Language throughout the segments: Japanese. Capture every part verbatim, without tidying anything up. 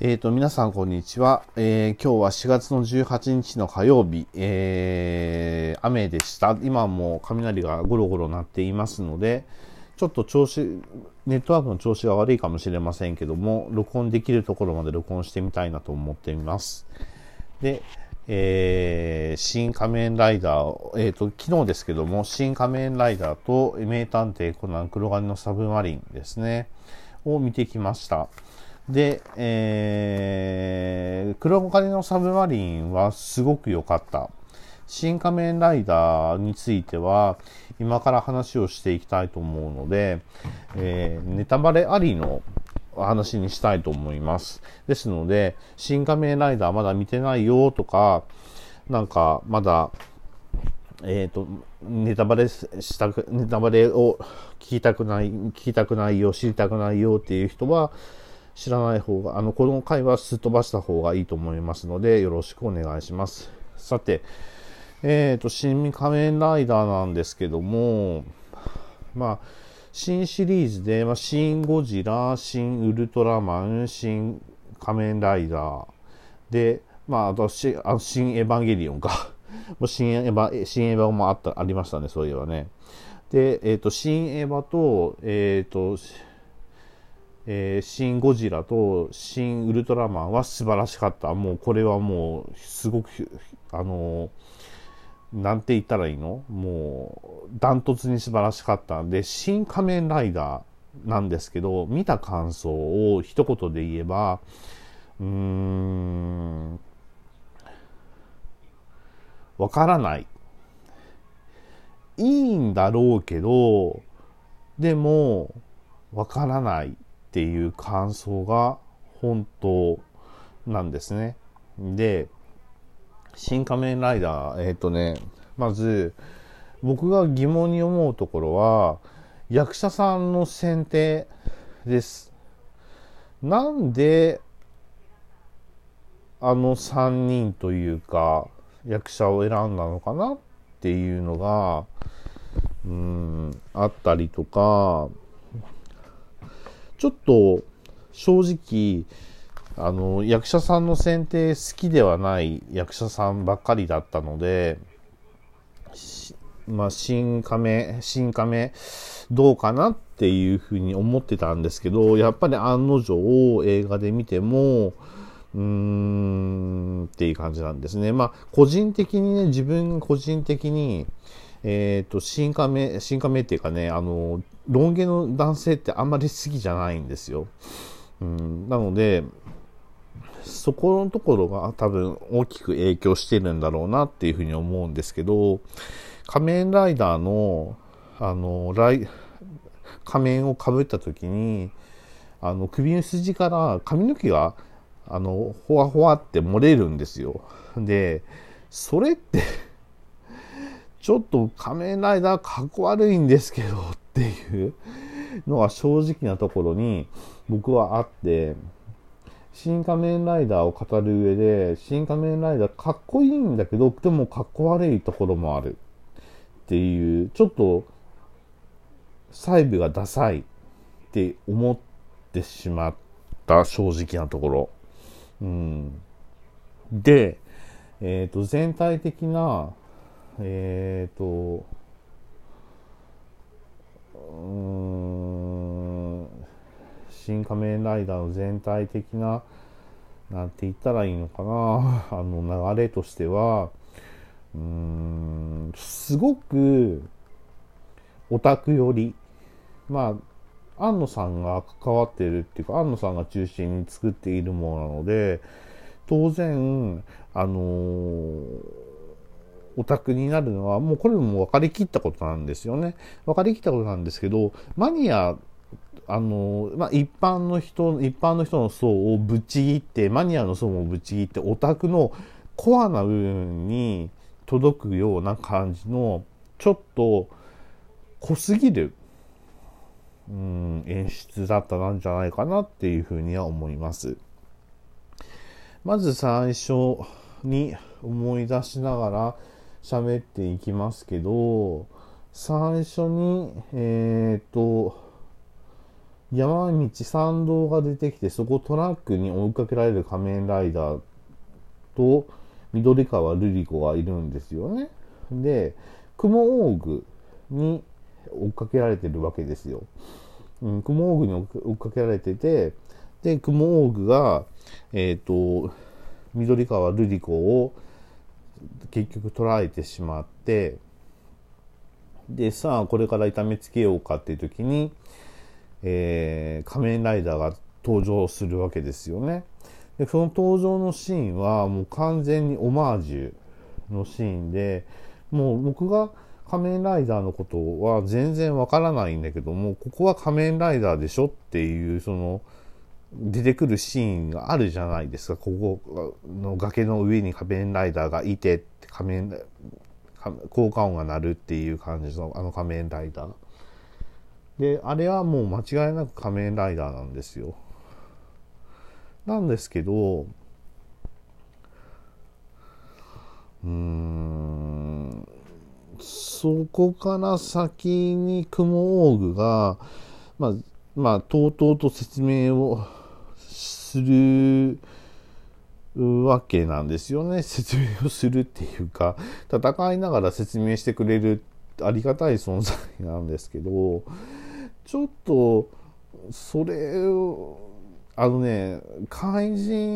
えーと、皆さんこんにちは。えー、今日はしがつのじゅうはちにちの火曜日、えー、雨でした。今も雷がゴロゴロ鳴っていますので、ちょっと調子、ネットワークの調子が悪いかもしれませんけども、録音できるところまで録音してみたいなと思っています。で、えー、新仮面ライダー、えーと、昨日ですけども、新仮面ライダーと名探偵コナン黒金のサブマリンですね、を見てきました。で、えー、黒金のサブマリンはすごく良かった。新仮面ライダーについては今から話をしていきたいと思うので、えー、ネタバレありの話にしたいと思います。ですので、新仮面ライダーまだ見てないよとか、なんかまだ、えっと、ネタバレしたく、ネタバレを聞きたくない、聞きたくないよ、知りたくないよっていう人は、知らない方が、あの、この回はすっ飛ばした方がいいと思いますので、よろしくお願いします。さて、えっと、新仮面ライダーなんですけども、まあ、新シリーズで、まあ、新ゴジラ、新ウルトラマン、新仮面ライダーで、まあ、あと、新エヴァンゲリオンか。新エヴァ、新エヴァもあった、ありましたね、そういえばね。で、えっと、新エヴァと、えっと、えー、シン・ゴジラとシン・ウルトラマンは素晴らしかった。もうこれはもうすごくあのなんて言ったらいいの、もうダントツに素晴らしかったんで、新仮面ライダーなんですけど、見た感想を一言で言えば、うーんわからない。いいんだろうけど、でもわからないっていう感想が本当なんですね。で、新仮面ライダー、えっとね、まず僕が疑問に思うところは役者さんの選定です。なんであのさんにんというか役者を選んだのかなっていうのがうーんあったりとか、ちょっと正直あの役者さんの選定好きではない役者さんばっかりだったので、まあ、新仮面、新仮面どうかなっていうふうに思ってたんですけど、やっぱり案の定映画で見てもうーんっていう感じなんですね。まあ個人的にね、自分個人的にえっと新仮面、新仮面っていうかね、あのロン毛の男性ってあんまり好きじゃないんですよ。うん、なのでそこのところが多分大きく影響してるんだろうなっていうふうに思うんですけど、仮面ライダーのあのライ仮面をかぶった時にあの首の筋から髪の毛があのほわほわって漏れるんですよ。でそれってちょっと仮面ライダーかっこ悪いんですけどっていうのが正直なところに僕はあって、新仮面ライダーを語る上で新仮面ライダーかっこいいんだけど、でもかっこ悪いところもあるっていう、ちょっと細部がダサいって思ってしまった正直なところ、うん、で、えーと、全体的なえーとうーん新仮面ライダーの全体的ななんて言ったらいいのかな、あの流れとしてはうーんすごくオタク寄り、まあ庵野さんが関わっているっていうか、庵野さんが中心に作っているものなので、当然あのー、オタクになるのはもうこれも分かりきったことなんですよね。分かりきったことなんですけど、マニアあのまあ、一般の人一般の人の層をぶち切って、マニアの層もぶち切って、オタクのコアな部分に届くような感じのちょっと濃すぎるうん演出だったなんじゃないかなっていうふうには思います。まず最初に思い出しながら喋っていきますけど、最初にえっと山道山道が出てきて、そこトラックに追いかけられる仮面ライダーと緑川瑠璃子がいるんですよね。で、雲大具に追っかけられてるわけですよ。うん、雲大具に追っかけられてて、で、雲大具が、えっと、緑川瑠璃子を結局捕らえてしまって、で、さあ、これから痛めつけようかっていう時に、えー、仮面ライダーが登場するわけですよね。で、その登場のシーンはもう完全にオマージュのシーンで、もう僕が仮面ライダーのことは全然わからないんだけども、ここは仮面ライダーでしょっていう、その、出てくるシーンがあるじゃないですか。ここの崖の上に仮面ライダーがいて、仮面、効果音が鳴るっていう感じのあの仮面ライダー。で、あれはもう間違いなく仮面ライダーなんですよ。なんですけど、うーん、そこから先に雲大具が、まあ、まあ、とうとうと説明をするわけなんですよね。説明をするっていうか、戦いながら説明してくれるありがたい存在なんですけど、ちょっと、それを、あのね、怪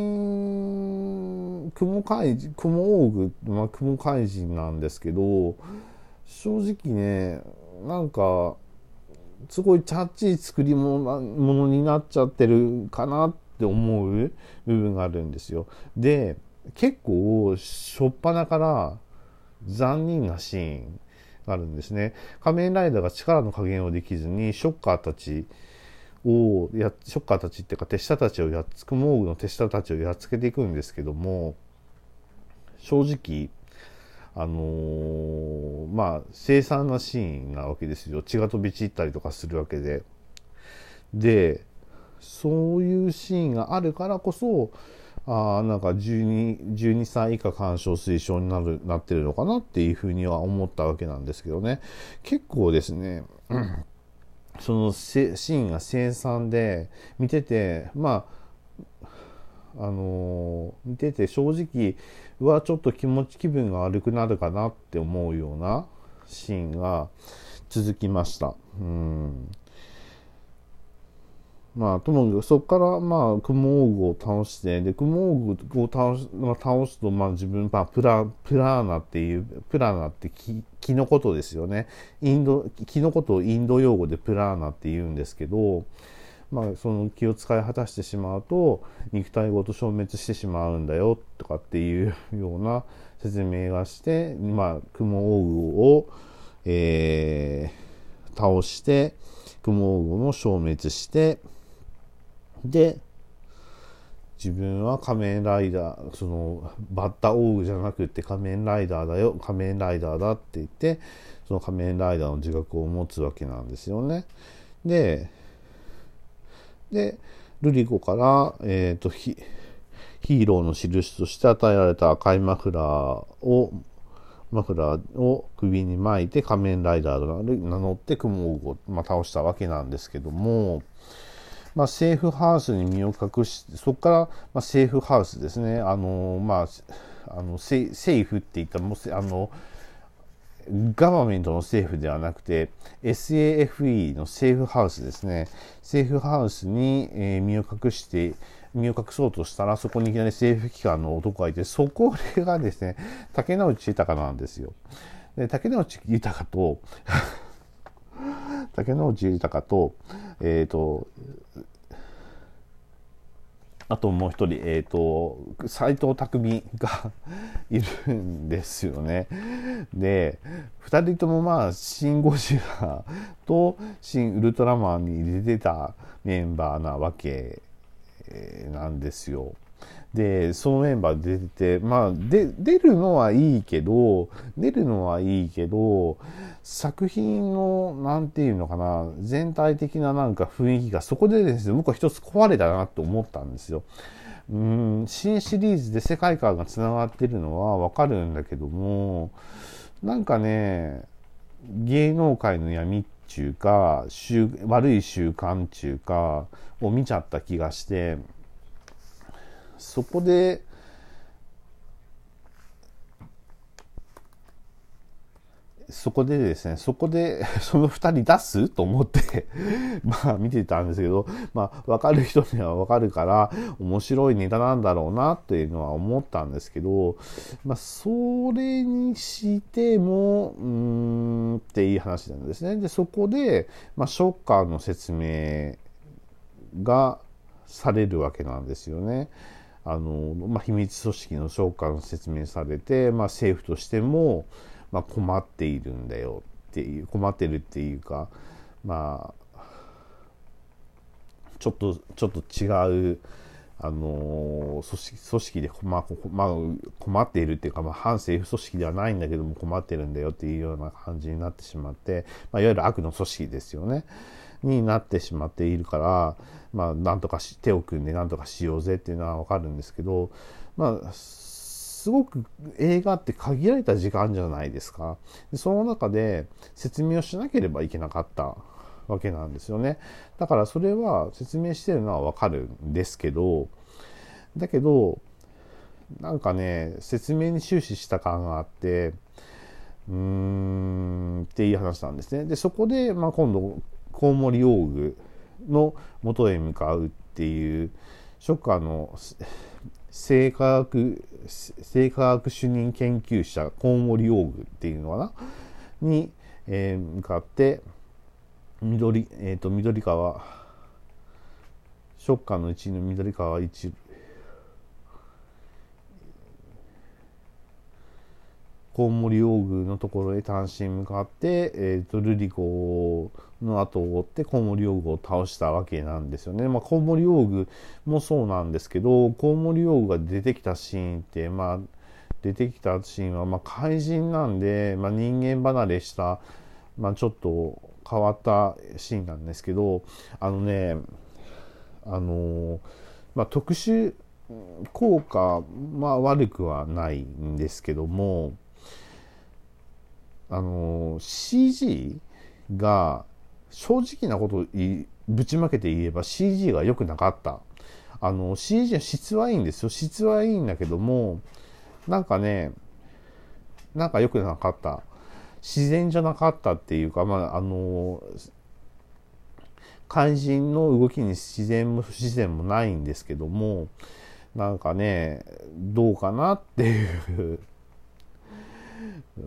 人、雲怪人、雲大具、まあ、雲怪人なんですけど、正直ね、なんか、すごいチャッチー作り物になっちゃってるかなって思う部分があるんですよ。で、結構、しょっぱなから残忍なシーンがあるんですね。仮面ライダーが力の加減をできずに、ショッカーたちをや、ショッカーたちっていうか手下たちをやっつく、モーグの手下たちをやっつけていくんですけども、正直、あのー、まあ、凄惨なシーンなわけですよ。血が飛び散ったりとかするわけで。で、そういうシーンがあるからこそ、あなんかじゅうに、じゅうにさい以下鑑賞推奨になる、なってるのかなっていうふうには思ったわけなんですけどね。結構ですね、うん、そのシーンが凄惨で、見てて、まあ、あのー、見てて正直はちょっと気持ち気分が悪くなるかなって思うようなシーンが続きました。うん。まあ、ともかくそこからまあ雲王具を倒して、で雲王具を倒す、まあ、倒すとまあ自分まあプラプラーナっていうプラーナって木木のことですよね。インド木のことをインド用語でプラーナって言うんですけど。まあ、その気を使い果たしてしまうと肉体ごと消滅してしまうんだよとかっていうような説明がして、まあ、雲王具を、えー、倒して雲王具も消滅して、で自分は仮面ライダー、そのバッタ王具じゃなくて仮面ライダーだよ、仮面ライダーだって言ってその仮面ライダーの自覚を持つわけなんですよね。でで、ルリ子から、えっと、ヒーローの印として与えられた赤いマフラーを、マフラーを首に巻いて仮面ライダーと名乗って雲王具を、まあ、倒したわけなんですけども、まあ、セーフハウスに身を隠して、そこから、まあ、セーフハウスですね。あの、まあ、あのセ、セーフって言ったら、もう、あの、ガバメントの政府ではなくて エスエーエフイー のセーフハウスですね。セーフハウスに、えー、身を隠して身を隠そうとしたらそこにいきなり政府機関の男がいて、そこがですね竹野内豊なんですよ。で竹野内豊と竹野内豊とえっ、ー、とあともう一人、えっ、ー、と、斎藤工がいるんですよね。で、二人ともまあ、シン・ゴジラとシン・ウルトラマンに出てたメンバーなわけなんですよ。で、そのメンバーで出てて、まあ、で、出るのはいいけど、出るのはいいけど、作品の、なんていうのかな、全体的ななんか雰囲気がそこでですね、僕は一つ壊れたなと思ったんですよ。うん、新シリーズで世界観が繋がってるのはわかるんだけども、なんかね、芸能界の闇っっていうか習悪い習慣っていうかを見ちゃった気がして、そこでそこでですね、そこでそのふたり出すと思ってまあ見てたんですけど、まあ分かる人には分かるから面白いネタなんだろうなっていうのは思ったんですけど、まあそれにしてもうーんっていう話なんですね。でそこで、まあ、ショッカーの説明がされるわけなんですよね。あの、まあ、秘密組織のショッカーの説明されて、まあ、政府としてもまあ、困っているんだよっていう困ってるっていうか、まあちょっとちょっと違うあの組織組織で、まあまあ、困っているっていうか、まあ、反政府組織ではないんだけども困ってるんだよっていうような感じになってしまって、まあ、いわゆる悪の組織ですよねになってしまっているから、まあ、なんとかし手を組んでなんとかしようぜっていうのは分かるんですけど、まあすごく映画って限られた時間じゃないですか。でその中で説明をしなければいけなかったわけなんですよね。だからそれは説明してるのはわかるんですけど、だけどなんかね説明に終始した感があって、うーんっていう話なんですね。でそこで、まあ、今度コウモリオーグの元へ向かうっていうショッカーの生化学生化学主任研究者コウモリオーグっていうのかなに、えー、向かって緑、えー、と緑川ショッカーの一位の緑川一コウモリオーグのところへ単身向かって、えー、とルリコの後を追ってコウモリオーグを倒したわけなんですよね。まあ、コウモリオーグもそうなんですけど、コウモリオーグが出てきたシーンって、まあ、出てきたシーンは、まあ、怪人なんで、まあ、人間離れした、まあ、ちょっと変わったシーンなんですけど、あのね、あのまあ、特殊効果、まあ、悪くはないんですけども、あの シージー が正直なことをぶちまけて言えば シージー が良くなかった。あの シージー の質はいいんですよ。質はいいんだけども、なんかねなんか良くなかった。自然じゃなかったっていうか、まああの怪人の動きに自然も不自然もないんですけども、なんかねどうかなっていううー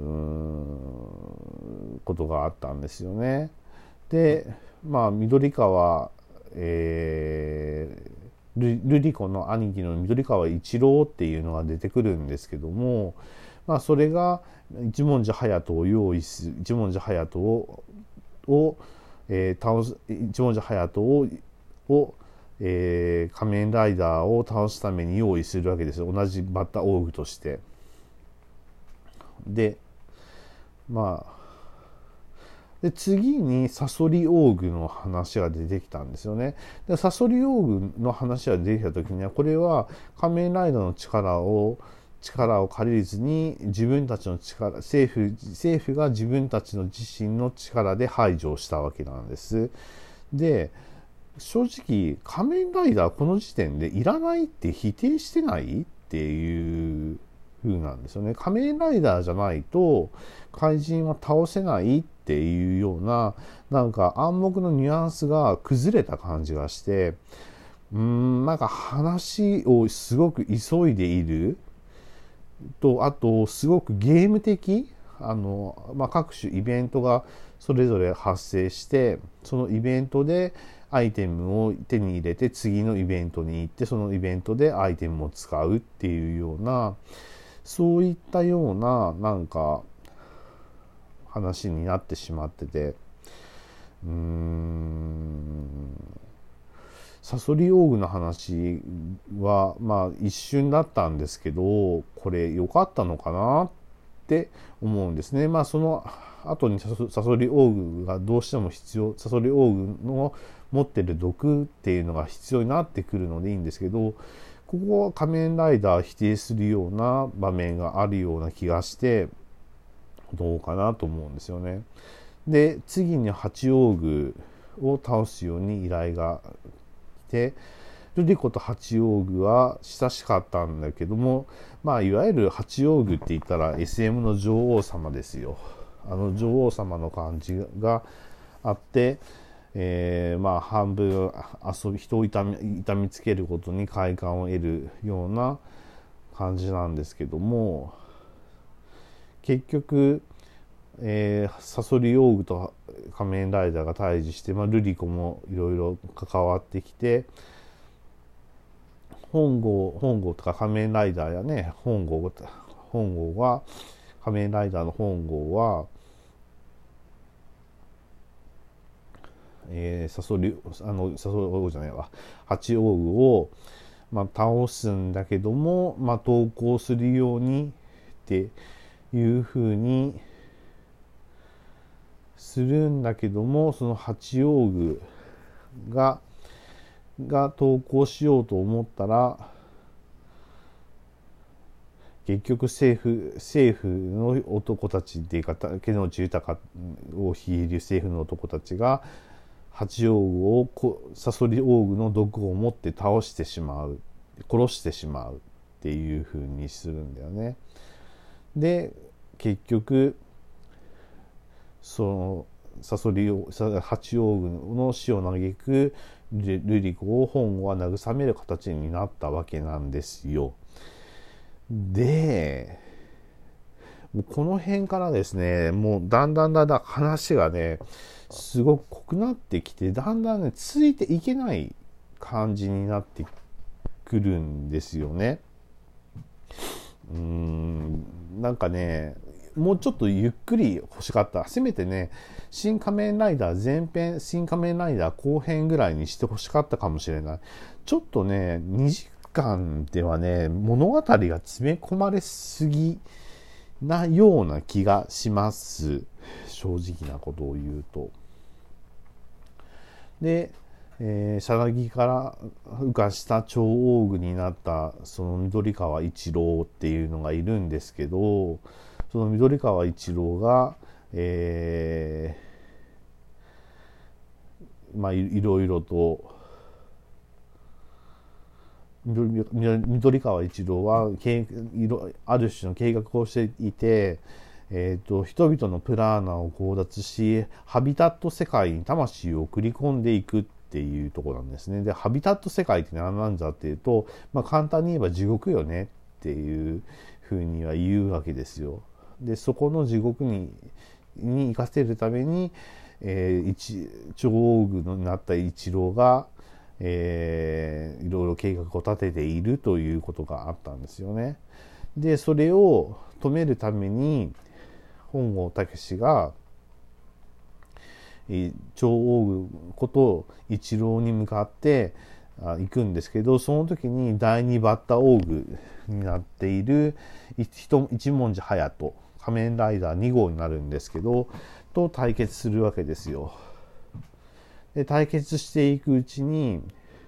んことがあったんですよね。でまあ緑川、えー、ルリコの兄貴の緑川一郎っていうのが出てくるんですけども、まあ、それが一文字隼人を用意する一文字隼人をを、えー、倒す一文字隼人をを、えー、仮面ライダーを倒すために用意するわけですよ。同じバッタオーグとして。でまあで次にサソリオーグの話が出てきたんですよね。でサソリオーグの話が出てきた時には、これは仮面ライダーの力を力を借りずに自分たちの力政府政府が自分たちの自身の力で排除したわけなんです。で正直仮面ライダーこの時点でいらないって否定してないっていう風なんですよね。仮面ライダーじゃないと怪人は倒せないっていうような、なんか暗黙のニュアンスが崩れた感じがして、うーんなんか話をすごく急いでいると、あとすごくゲーム的、あの、まあ、各種イベントがそれぞれ発生して、そのイベントでアイテムを手に入れて次のイベントに行って、そのイベントでアイテムを使うっていうような、そういったようななんか話になってしまってて、うーんサソリオーグの話はまあ一瞬だったんですけど、これ良かったのかなって思うんですね。まあその後にサソリオーグがどうしても必要、サソリオーグの持ってる毒っていうのが必要になってくるのでいいんですけど、ここは仮面ライダー否定するような場面があるような気がして、どうかなと思うんですよね。 で次に八王宮を倒すように依頼が来て、ルリ子と八王宮は親しかったんだけども、まあいわゆる八王宮って言ったら エスエム の女王様ですよ。あの女王様の感じがあって、えー、まあ半分遊び人を痛み、痛みつけることに快感を得るような感じなんですけども、結局、えー、サソリ王宮と仮面ライダーが対峙して、まあ、ルリ子もいろいろ関わってきて、本郷本郷とか仮面ライダーやね、本郷本郷は仮面ライダーの本郷は、えー、サソリあのサソリ王宮じゃないわ八王宮を、まあ、倒すんだけども、まあ、投降するようにっていうふうにするんだけども、その八王宮がが投降しようと思ったら、結局政府政府の男たちっていうか、竹野内豊を率いる政府の男たちが八王宮をサソリ王宮の毒を持って倒してしまう、殺してしまうっていうふうにするんだよね。で結局そのサソリ八王宮の死を嘆くルリ子を本郷は慰める形になったわけなんですよ。でこの辺からですね、もうだんだんだんだん話がねすごく濃くなってきて、だんだんねついていけない感じになってくるんですよね。うーんなんかねもうちょっとゆっくり欲しかった。せめてね、新仮面ライダー前編、新仮面ライダー後編ぐらいにして欲しかったかもしれない。ちょっとね、にじかんではね、物語が詰め込まれすぎなような気がします。正直なことを言うと。で、えー、さなぎから羽化した超大具になったその緑川一郎っていうのがいるんですけど、その緑川一郎が、えー、まあ い, いろいろと緑川一郎はある種の計画をしていて、えーと、人々のプラーナを強奪し、ハビタット世界に魂を送り込んでいくっていうところなんですね。で、ハビタット世界って何なんだっていうと、まあ、簡単に言えば地獄よねっていうふうには言うわけですよ。で、そこの地獄にに生かせるために、えー、一超大具になった一郎が、えー、いろいろ計画を立てているということがあったんですよね。で、それを止めるために本郷猛が超大具こと一郎に向かって行くんですけど、その時に第二バッタ大具になっている一文字隼人、仮面ライダーに号になるんですけど、と対決するわけですよ。で対決していくうちに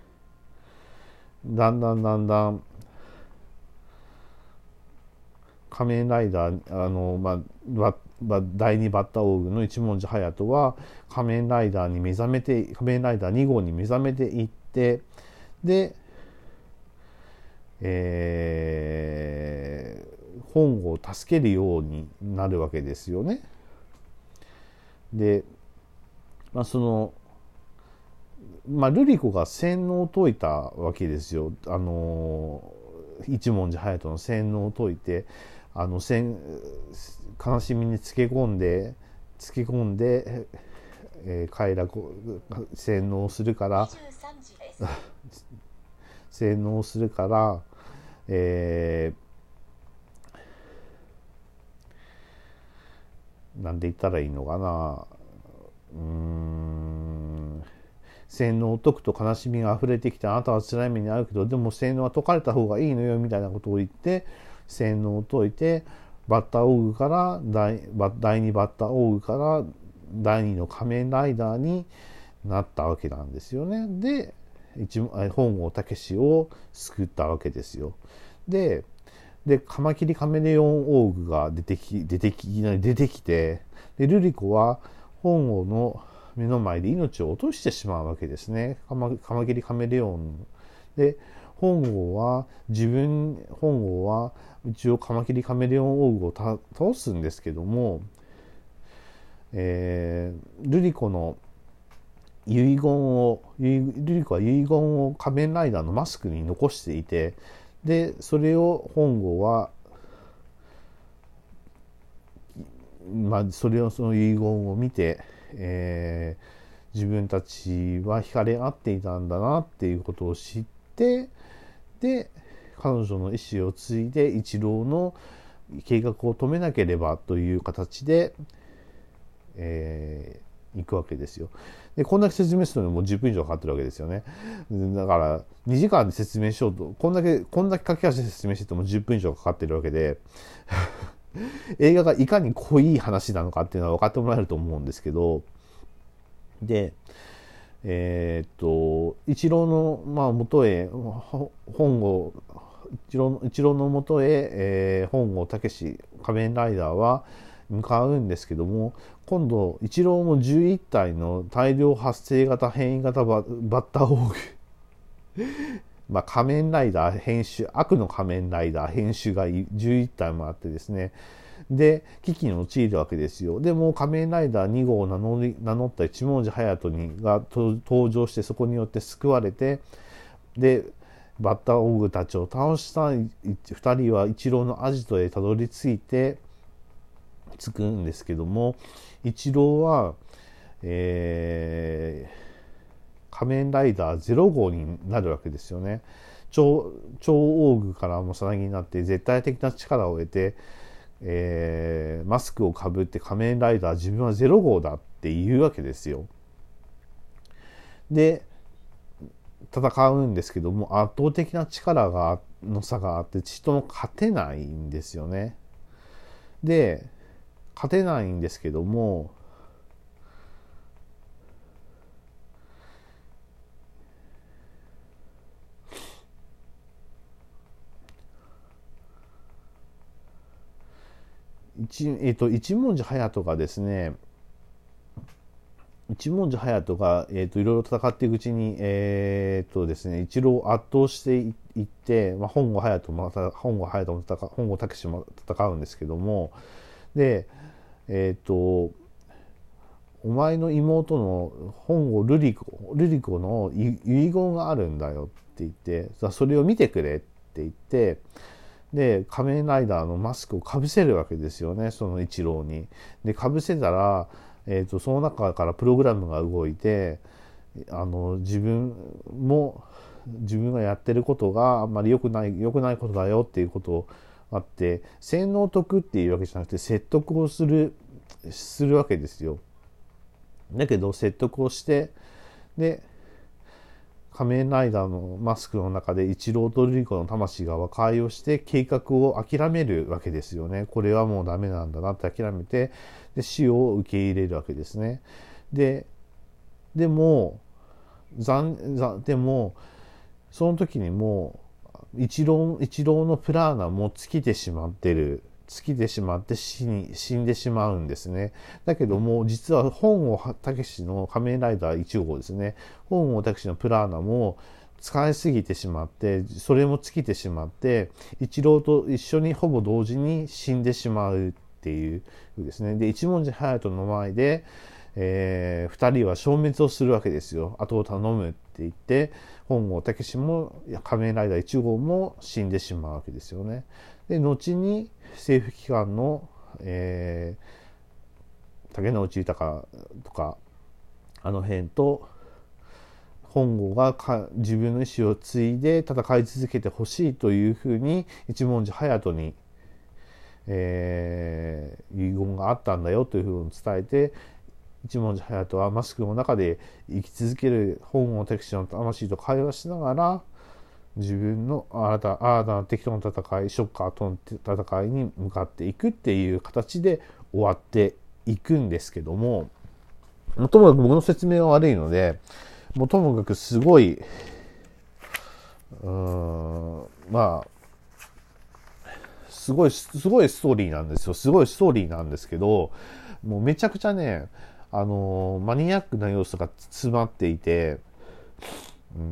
だんだんだんだん仮面ライダーあの、まあ、第二バッタオーグの一文字隼人は仮面ライダーに目覚めて仮面ライダーに号に目覚めていって、で、えー、本郷を助けるようになるわけですよね。で、まあ、そのまあ、ルリ子が洗脳を解いたわけですよ。あの一文字隼人の洗脳を解いて、あの悲しみにつけ込んでつけ込んで、えー、快楽洗脳するから洗脳するから、えー、なんで言ったらいいのかな、うーん洗脳を解くと悲しみが溢れてきて、あなたは辛い目に遭うけど、でも洗脳は解かれた方がいいのよみたいなことを言って、洗脳を解いてバッタオーグから第第二バッタオーグから第二の仮面ライダーになったわけなんですよね。で一本郷猛を救ったわけですよ。ででカマキリカメレオンオーグが出てき出てき出てきて、でルリ子は本郷の目の前で命を落としてしまうわけですね。カマカマキリカメレオンで、本郷は自分本郷は一応カマキリカメレオン王具を倒すんですけども、えー、ルリコの遺言をルリコは遺言を仮面ライダーのマスクに残していて、でそれを本郷はまあそれをその遺言を見て、えー、自分たちは惹かれ合っていたんだなっていうことを知って、で彼女の意思を継いで一郎の計画を止めなければという形で、えー、行くわけですよ。でこんだけ説明するのにもうじゅっぷん以上かかってるわけですよね。だからにじかんで説明しようとこんだけこんだけ駆け足で説明しててもじゅっぷん以上かかってるわけで映画がいかに濃い話なのかっていうのは分かってもらえると思うんですけど、でえー、っと一郎の、まあ、元へ本郷一郎一郎の元へ、えー、本郷武仮面ライダーは向かうんですけども、今度一郎もじゅういち体の大量発生型変異型バッタオーグまあ仮面ライダー変種悪の仮面ライダー変種がじゅういち体もあってですね、で危機に陥るわけですよ。でも仮面ライダーに号を名乗り名乗った一文字隼人にが登場して、そこによって救われて、でバッタオーグたちを倒したふたりは一郎のアジトへたどり着いて着くんですけども、一郎は、えー、仮面ライダーゼロ号になるわけですよね。超超オーグからもさなぎになって絶対的な力を得て、えー、マスクをかぶって仮面ライダー自分はゼロ号だって言うわけですよ。で戦うんですけども、圧倒的な力がの差があってちっとも勝てないんですよね。で勝てないんですけども、一,、えー、と一文字隼人がですね一文字隼人が、えー、といろいろ戦っていくうちに、えーとですね、一郎を圧倒していって、まあ、本郷隼人もまた本郷隼人も戦う本郷武も戦うんですけども、でえっ、ー、とお前の妹の本郷瑠璃子瑠璃子の遺言があるんだよって言って、それを見てくれって言って、で仮面ライダーのマスクをかぶせるわけですよね、その一郎に。でかぶせたら、えーと、その中からプログラムが動いて、あの自分も自分がやってることがあんまり良くない良くないことだよっていうことがあって、洗脳得っていうわけじゃなくて説得をするするわけですよ。だけど説得をして、で仮面ライダーのマスクの中で一郎と瑠璃子の魂が和解をして計画を諦めるわけですよね。これはもうダメなんだなって諦めて、で死を受け入れるわけですね。ででも残でもその時にもう一郎一郎のプラーナも尽きてしまってる尽きてしまって死に死んでしまうんですね。だけども実は本郷武の仮面ライダーいち号ですね、本郷武のプラーナも使いすぎてしまって、それも尽きてしまって、一郎と一緒にほぼ同時に死んでしまうっていうですね。で一文字隼人の前で、えー、ふたりは消滅をするわけですよ。後を頼むって言って、本郷武も仮面ライダーいち号も死んでしまうわけですよね。で後に政府機関の、えー、竹野内豊とかあの辺と本郷がか自分の意思を継いで戦い続けてほしいというふうに一文字隼人に、えー、遺言があったんだよというふうに伝えて、一文字隼人はマスクの中で生き続ける本郷武の魂と会話しながら、自分の新た新たな敵との戦い、ショッカーとの戦いに向かっていくっていう形で終わっていくんですけども、ともかく僕の説明は悪いので、もうともかくすごい、うーん、まあすごいすごいストーリーなんですよ。すごいストーリーなんですけど、もうめちゃくちゃね、 あのマニアックな要素が詰まっていて、うん、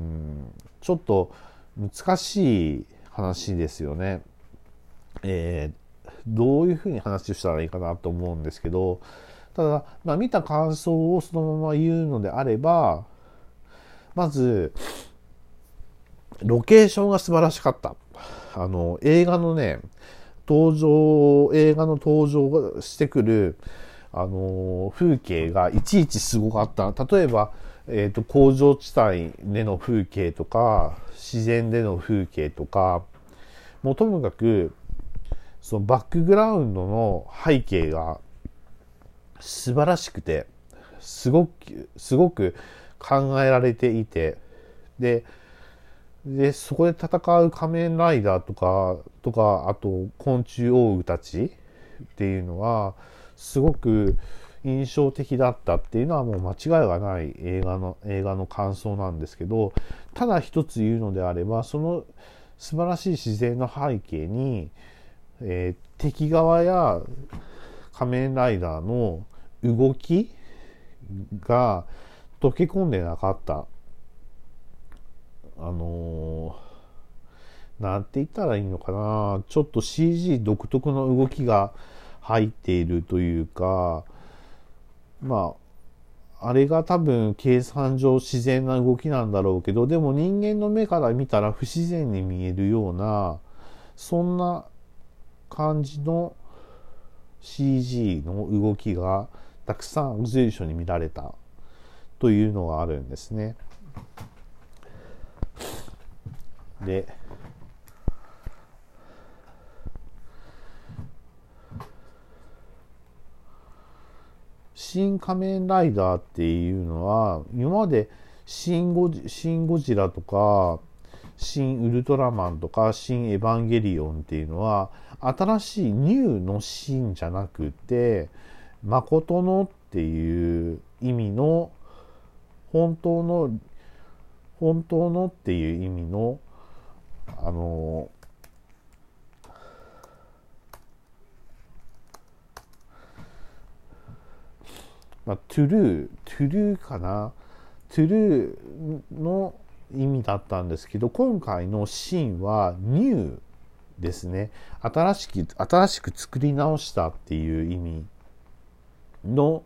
ちょっと難しい話ですよね。えー、どういうふうに話をしたらいいかなと思うんですけど、ただ、まあ、見た感想をそのまま言うのであれば、まずロケーションが素晴らしかった。あの映画のね登場映画の登場してくるあの風景がいちいちすごかった。例えば、えーと、工場地帯での風景とか自然での風景とか、もうともかくそのバックグラウンドの背景が素晴らしくて、すごくすごく考えられていて、ででそこで戦う仮面ライダーとかとかあと昆虫王具たちっていうのはすごく印象的だったっていうのはもう間違いがない映画の映画の感想なんですけど、ただ一つ言うのであれば、その素晴らしい自然の背景に、えー、敵側や仮面ライダーの動きが溶け込んでなかった。あのー、なんて言ったらいいのかな、ちょっと シージー 独特の動きが入っているというか、まああれが多分計算上自然な動きなんだろうけど、でも人間の目から見たら不自然に見えるような、そんな感じの シージー の動きがたくさん随所に見られたというのがあるんですね。で、新仮面ライダーっていうのは今までシンゴジ、シンゴジラとか新ウルトラマンとか新エヴァンゲリオンっていうのは新しいニューの新じゃなくて誠のっていう意味の本当の本当のっていう意味のあのまあ、トゥルー、トゥルーかな、トゥルーの意味だったんですけど、今回のシーンはニューですね。新しく、新しく作り直したっていう意味の、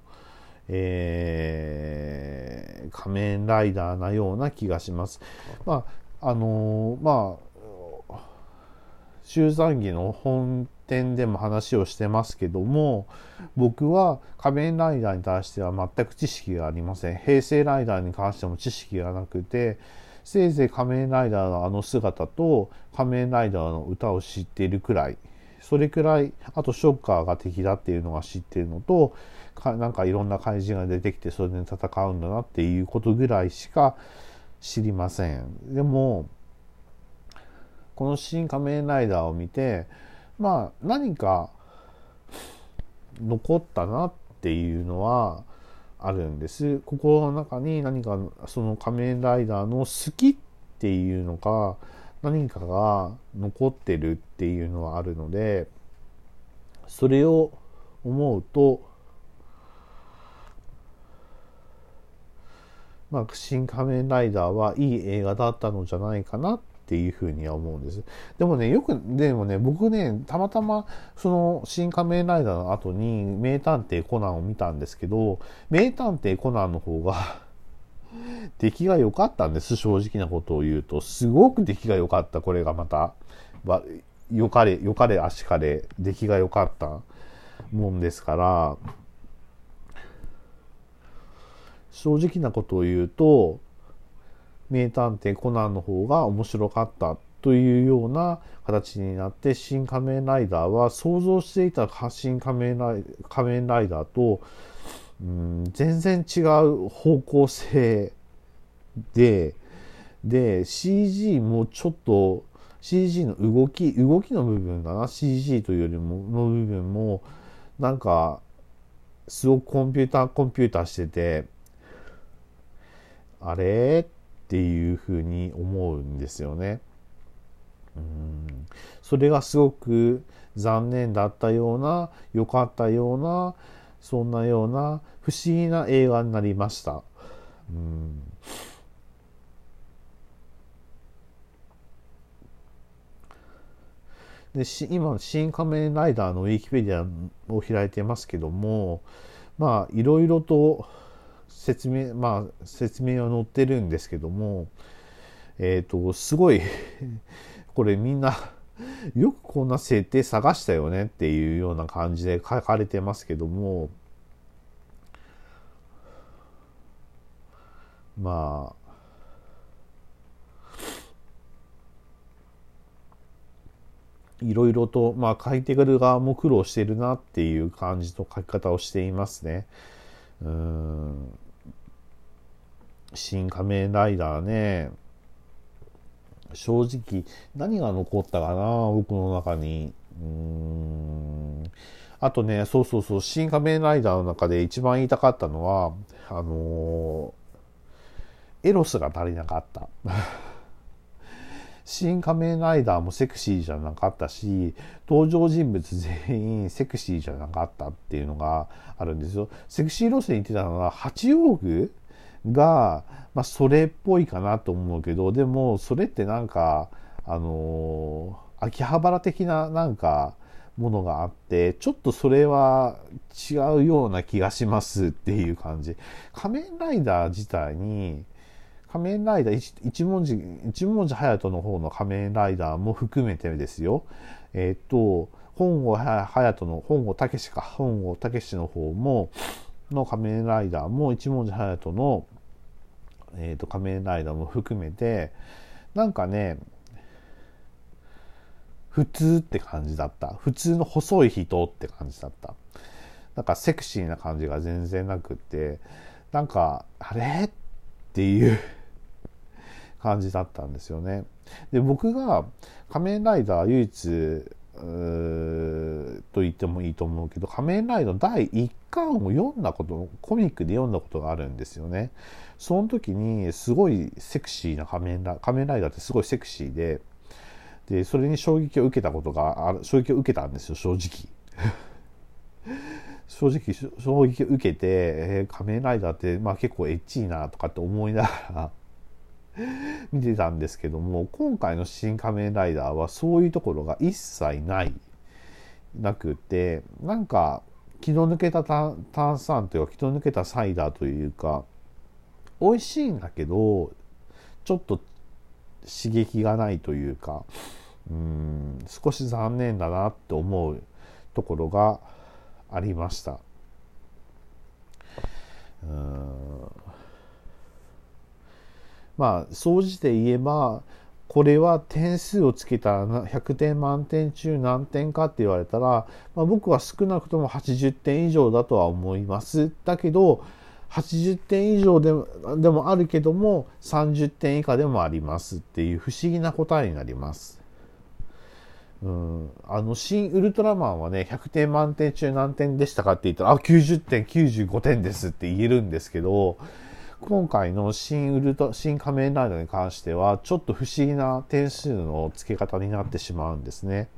えー、仮面ライダーなような気がします。まあ、あのー、まあ、集山儀の本店でも話をしてますけども、僕は仮面ライダーに対しては全く知識がありません。平成ライダーに関しても知識がなくて、せいぜい仮面ライダーのあの姿と仮面ライダーの歌を知っているくらい、それくらい、あとショッカーが敵だっていうのが知っているのと、かなんかいろんな怪人が出てきてそれで戦うんだなっていうことぐらいしか知りません。でもこの新仮面ライダーを見て、まあ何か残ったなっていうのはあるんです。心の中に何かその仮面ライダーの好きっていうのか何かが残ってるっていうのはあるので、それを思うと、まあ、新仮面ライダーはいい映画だったのじゃないかなっていうふうには思うんです。でもね、よく、でもね、僕ね、たまたまその新仮面ライダーの後に名探偵コナンを見たんですけど、名探偵コナンの方が出来が良かったんです。正直なことを言うと、すごく出来が良かった。これがまた、よかれ、よかれ、あしかれ、出来が良かったもんですから、正直なことを言うと、名探偵コナンの方が面白かったというような形になって、新仮面ライダーは想像していた新仮面ライ、仮面ライダーと、うん、全然違う方向性で、で、シージー もちょっと シージー の動き、動きの部分だな、シージー というよりもの部分も、なんか、すごくコンピューターコンピューターしてて、あれっていうふうに思うんですよね。うん、それがすごく残念だったような、良かったような、 そんなような不思議な映画になりました。うんで今、新仮面ライダーのウィキペディアを開いてますけども、まあ、いろいろと説明、まあ、説明は載ってるんですけども、えっと、すごい、これみんな、よくこんな設定探したよねっていうような感じで書かれてますけども、まあ、いろいろと、まあ、書いてくる側も苦労してるなっていう感じの書き方をしていますね。うーん。新仮面ライダーね。正直、何が残ったかな、僕の中に。うーん。あとね、そうそうそう、新仮面ライダーの中で一番言いたかったのは、あのー、エロスが足りなかった。新仮面ライダーもセクシーじゃなかったし、登場人物全員セクシーじゃなかったっていうのがあるんですよ。セクシー路線に行ってたのは八王子が、まあ、それっぽいかなと思うけど、でもそれってなんかあのー、秋葉原的ななんかものがあって、ちょっとそれは違うような気がしますっていう感じ。仮面ライダー自体に仮面ライダー一一文字一文字隼人の方の仮面ライダーも含めてですよ。えっ、と本郷隼人の本郷武史か本郷武史の方もの仮面ライダーも一文字隼人の、えー、と仮面ライダーも含めてなんかね普通って感じだった。普通の細い人って感じだった。なんかセクシーな感じが全然なくって、なんかあれっていう感じだったんですよね。で、僕が仮面ライダー唯一と言ってもいいと思うけど、仮面ライダーだいいっかんを読んだこと、コミックで読んだことがあるんですよね。その時にすごいセクシーな仮面ラ仮面ライダーってすごいセクシーで、で、それに衝撃を受けたことがある、衝撃を受けたんですよ、正直。正直衝撃を受けて、えー、仮面ライダーって、まあ、結構エッチいなとかって思いながら見てたんですけども、今回の新仮面ライダーはそういうところが一切ないなくて、なんか気の抜けた炭酸というか気の抜けたサイダーというか美味しいんだけどちょっと刺激がないというか、うーん少し残念だなって思うところがありました。うーんまあ総じて言えばこれは点数をつけたらひゃくてん満点中何点かって言われたら、まあ、僕は少なくともはちじゅってん以上だとは思います。だけどはちじゅってん以上でも、でもあるけどもさんじゅってん以下でもありますっていう不思議な答えになります。うん、あの新ウルトラマンはねひゃくてん満点中何点でしたかって言ったらあきゅうじゅってんきゅうじゅうごてんですって言えるんですけど、今回の新ウルト新仮面ライダーに関してはちょっと不思議な点数の付け方になってしまうんですね。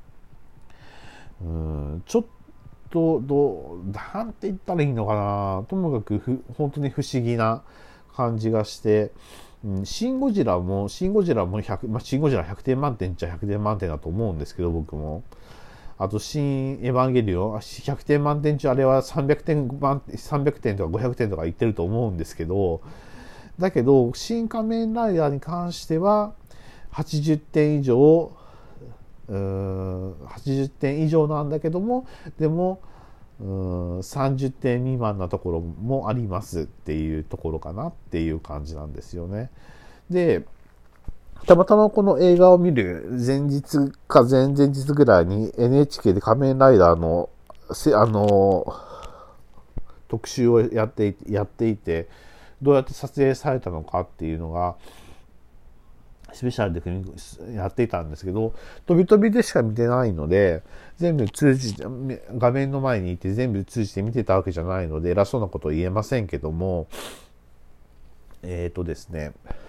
うんちょっとどうなんて言ったらいいのかな、ともかくふ本当に不思議な感じがして、うん、シン・ゴジラもシン・ゴジラもひゃく、まあ、シン・ゴジラひゃくてん満点っちゃひゃくてん満点だと思うんですけど僕も。あと、新エヴァンゲリオン、ひゃくてん満点中、あれはさんびゃくてん、さんびゃくてんとかごひゃくてんとか言ってると思うんですけど、だけど、新仮面ライダーに関しては、はちじゅってん以上、うーん、はちじゅってん以上なんだけども、でも、うーん、さんじゅってん未満なところもありますっていうところかなっていう感じなんですよね。で、たまたまこの映画を見る前日か前々日ぐらいに エヌエイチケー で仮面ライダーの、あの、特集をやっていて、やっていて、どうやって撮影されたのかっていうのが、スペシャルでやっていたんですけど、飛び飛びでしか見てないので、全部通じて、画面の前にいて全部通じて見てたわけじゃないので、偉そうなこと言えませんけども、えっとですね、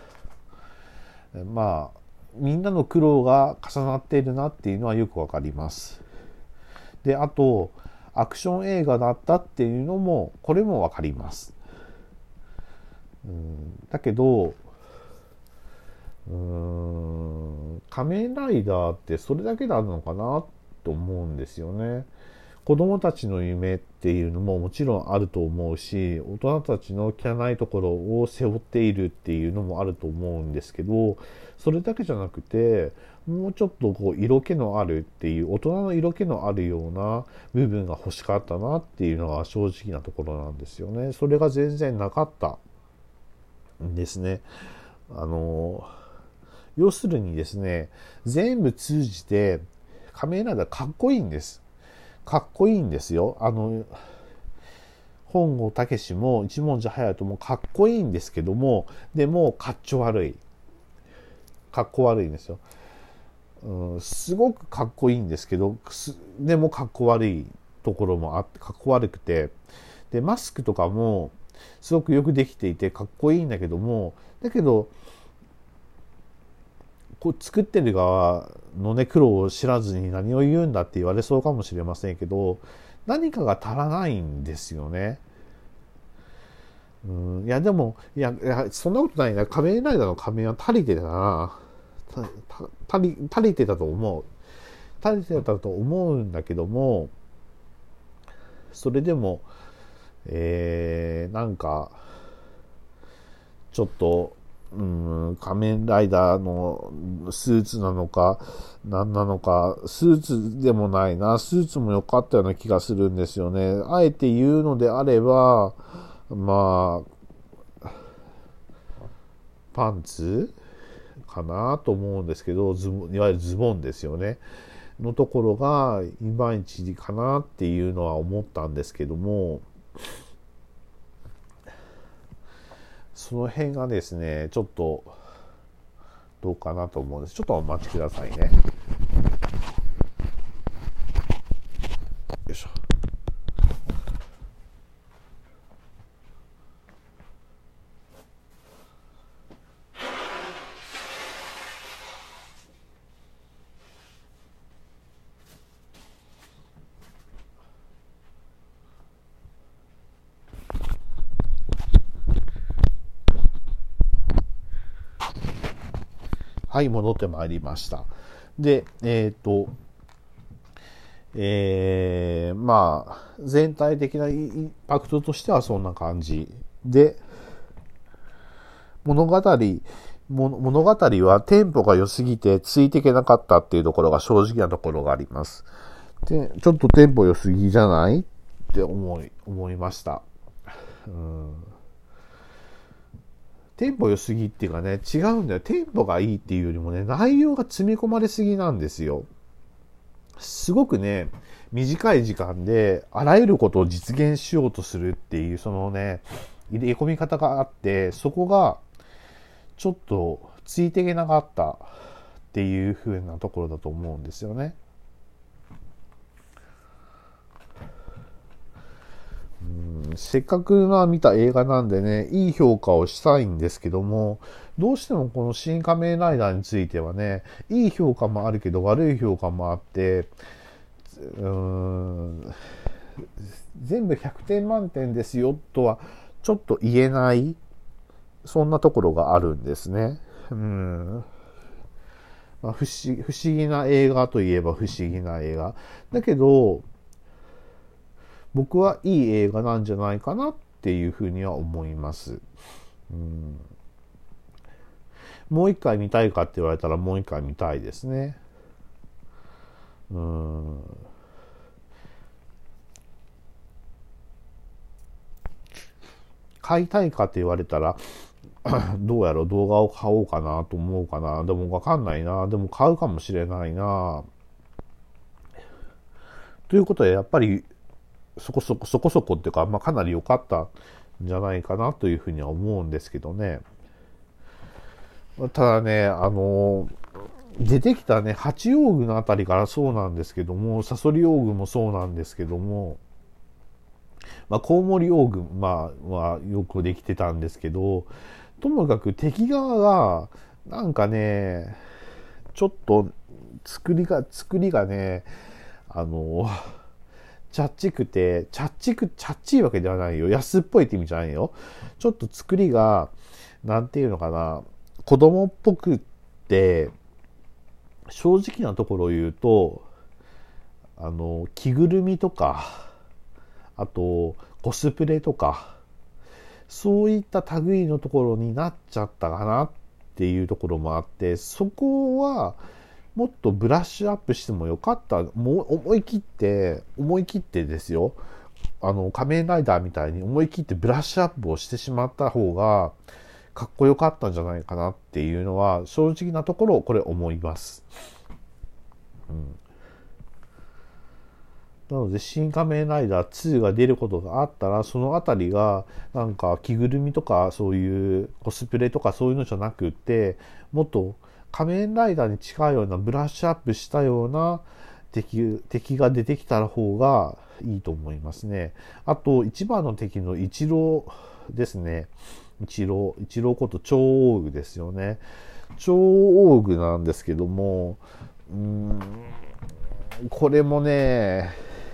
まあみんなの苦労が重なっているなっていうのはよくわかります。で、あとアクション映画だったっていうのもこれもわかります。うん、だけどうーん仮面ライダーってそれだけなのかなと思うんですよね。子供たちの夢っていうのももちろんあると思うし、大人たちの汚いところを背負っているっていうのもあると思うんですけど、それだけじゃなくて、もうちょっとこう色気のあるっていう、大人の色気のあるような部分が欲しかったなっていうのが正直なところなんですよね。それが全然なかったんですね。あの、要するにですね、全部通じて仮面ライダーかっこいいんです。かっこいいんですよ。あの、本郷武も一文字隼人もかっこいいんですけども、でもかっちょ悪い。かっこ悪いんですよ。うん、すごくかっこいいんですけど、でもかっこ悪いところもあって、かっこ悪くて、で、マスクとかもすごくよくできていてかっこいいんだけども、だけど、こう作ってる側のね苦労を知らずに何を言うんだって言われそうかもしれませんけど、何かが足らないんですよね。うん、いやでもいやいやそんなことないな。仮面ライダーの仮面は足りてたな。足り足りてたと思う。足りてたと思うんだけども、それでも、えー、なんかちょっとうん、仮面ライダーのスーツなのか何なのか、スーツでもないな、スーツも良かったような気がするんですよね。あえて言うのであれば、まあパンツかなと思うんですけど、ズボン、いわゆるズボンですよねのところがいまいちかなっていうのは思ったんですけども、その辺がですねちょっとどうかなと思うんです。ちょっとお待ちくださいね。よいしょ。はい、戻ってまいりました。で、えっと、えー、まあ、全体的なインパクトとしてはそんな感じ。で、物語、物語はテンポが良すぎてついていけなかったっていうところが正直なところがあります。で、ちょっとテンポ良すぎじゃないって思い、思いました。うんテンポ良すぎっていうかね、違うんだよ。テンポがいいっていうよりもね、内容が詰め込まれすぎなんですよ。すごくね、短い時間であらゆることを実現しようとするっていう、そのね、入れ込み方があって、そこがちょっとついていけなかったっていう風なところだと思うんですよね。うん、せっかくな見た映画なんでね、いい評価をしたいんですけども、どうしてもこの新仮面ライダーについてはね、いい評価もあるけど悪い評価もあって、うーん、全部ひゃくてん満点ですよとはちょっと言えない、そんなところがあるんですね。うん。まあ、不思、不思議な映画といえば不思議な映画。だけど、僕はいい映画なんじゃないかなっていうふうには思います。うん、もう一回見たいかって言われたらもう一回見たいですね。うん、買いたいかって言われたらどうやろう、動画を買おうかなと思うかな。でもわかんないな。でも買うかもしれないな。ということでやっぱりそこそこそこそこっていうか、まあ、かなり良かったんじゃないかなというふうには思うんですけどね。ただね、あの出てきたね八王具のあたりからそうなんですけども、サソリ王具もそうなんですけども、まあ、コウモリ王具、まあ、はよくできてたんですけど、ともかく敵側がなんかねちょっと作りが作りがねあのチャッチくて、チャッチく、チャッチいわけではないよ。安っぽいって意味じゃないよ。ちょっと作りが、なんていうのかな、子供っぽくって、正直なところを言うと、あの、着ぐるみとか、あと、コスプレとか、そういった類のところになっちゃったかなっていうところもあって、そこはもっとブラッシュアップしてもよかった。もう思い切って、思い切ってですよ。あの、仮面ライダーみたいに思い切ってブラッシュアップをしてしまった方が、かっこよかったんじゃないかなっていうのは、正直なところこれ思います。うん、なので、新仮面ライダーツーが出ることがあったら、そのあたりが、なんか着ぐるみとか、そういうコスプレとかそういうのじゃなくって、もっと仮面ライダーに近いようなブラッシュアップしたような敵、敵が出てきた方がいいと思いますね。あと、一番の敵のイチローですね。イチロー、イチローこと超大具ですよね。超大具なんですけども、うーん、これもね、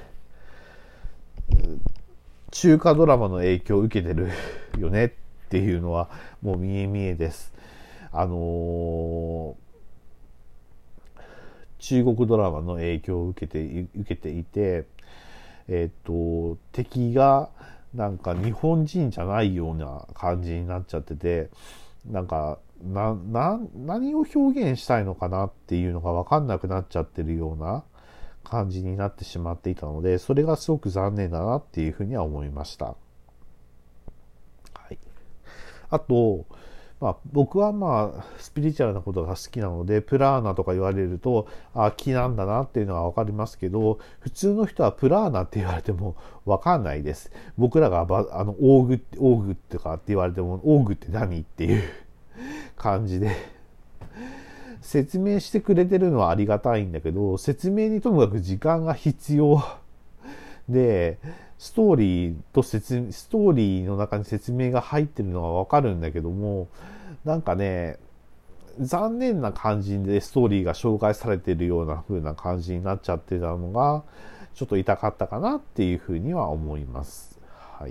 中華ドラマの影響を受けてるよねっていうのはもう見え見えです。あのー、中国ドラマの影響を受けて受けていて、えっと敵がなんか日本人じゃないような感じになっちゃってて、なんかなな何を表現したいのかなっていうのが分かんなくなっちゃってるような感じになってしまっていたので、それがすごく残念だなっていうふうには思いました。はい、あと、まあ、僕はまあスピリチュアルなことが好きなので、プラーナとか言われると、あ、気なんだなっていうのは分かりますけど、普通の人はプラーナって言われても分かんないです。僕らがばあのオーグオーグとかって言われても、オーグって何っていう感じで説明してくれてるのはありがたいんだけど、説明にともかく時間が必要で、ストーリーと説ストーリーの中に説明が入ってるのはわかるんだけども、なんかね、残念な感じでストーリーが紹介されているような風な感じになっちゃってたのが、ちょっと痛かったかなっていうふうには思います。はい。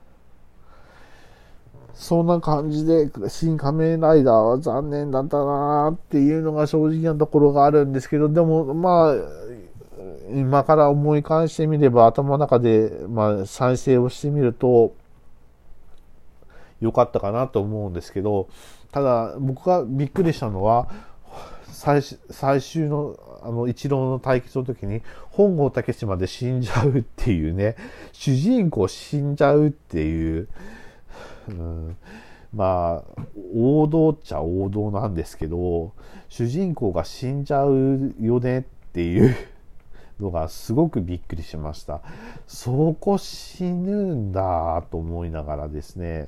そんな感じで、新仮面ライダーは残念だったなーっていうのが正直なところがあるんですけど、でも、まあ、今から思い返してみれば、頭の中で、まあ、再生をしてみると、良かったかなと思うんですけど、ただ、僕がびっくりしたのは、最最終の、あの、一郎の対決の時に、本郷武史まで死んじゃうっていうね、主人公死んじゃうっていう、うん、まあ王道っちゃ王道なんですけど、主人公が死んじゃうよねっていうのがすごくびっくりしました。そこ死ぬんだと思いながらですね、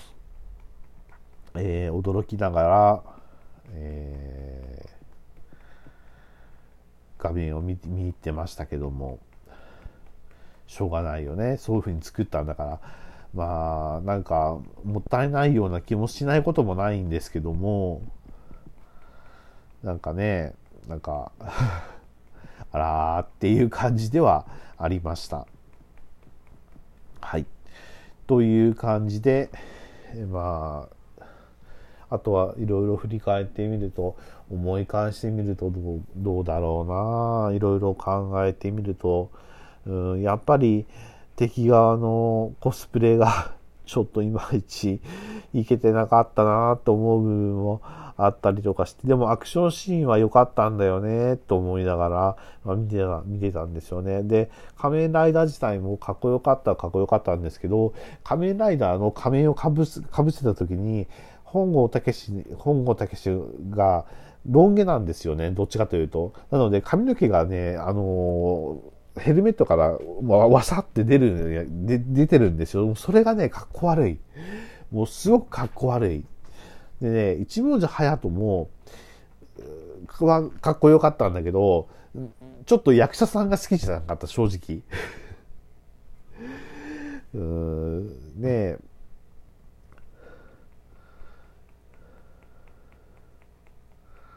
えー、驚きながら、えー、画面を見見入ってましたけども、しょうがないよね、そういう風に作ったんだから。まあなんかもったいないような気もしないこともないんですけども、なんかね、なんかあらーっていう感じではありました。はい。という感じで、まああとはいろいろ振り返ってみると、思い返してみるとどう、どうだろうな、いろいろ考えてみると、うん、やっぱり敵側のコスプレがちょっといまいちいけてなかったなと思う部分もあったりとかして、でもアクションシーンは良かったんだよねと思いながら、まあ、見てた、見てたんですよね。で、仮面ライダー自体もかっこよかったかっこよかったんですけど、仮面ライダーの仮面をかぶす、かぶせた時に、本郷武史、本郷武史がロン毛なんですよね。どっちかというと。なので髪の毛がね、あのーヘルメットからわわさって出る、で出てるんですよ。それがね、かっこ悪い。もうすごくかっこ悪い。でね、一文字隼人も、はかっこよかったんだけど、ちょっと役者さんが好きじゃなかった、正直。うーん、ねえ。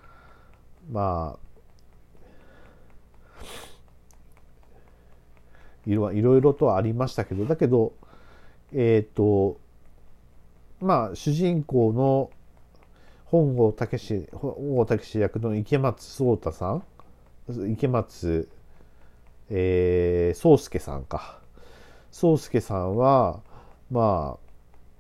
まあ、 いろいろいろとありましたけど、だけど、えっと、まあ、主人公の本郷武史、本郷武史役の池松壮太さん、池松、えー、壮介さんか。壮介さんは、まあ、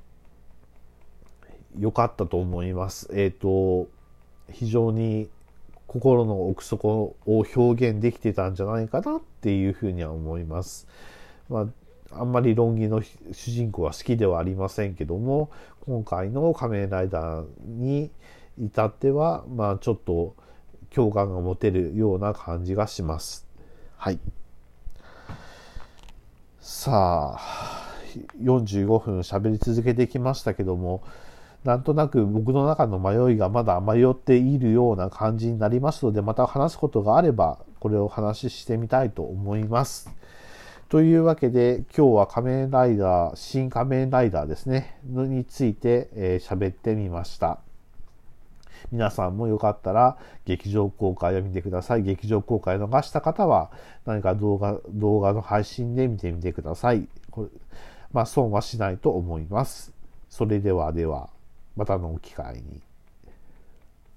良かったと思います。えっと、非常に心の奥底を表現できてたんじゃないかなっていうふうには思います。まあ、あんまり論議の主人公は好きではありませんけども、今回の仮面ライダーに至っては、まあちょっと共感が持てるような感じがします。はい。さあ、よんじゅうごふん喋り続けてきましたけども、なんとなく僕の中の迷いがまだ迷っているような感じになりますので、また話すことがあれば、これを話してみたいと思います。というわけで、今日は仮面ライダー、新仮面ライダーですね、のについて喋、えー、ってみました。皆さんもよかったら劇場公開を見てください。劇場公開を逃した方は何か動画、動画の配信で見てみてください。これまあ損はしないと思います。それではでは、またの機会に。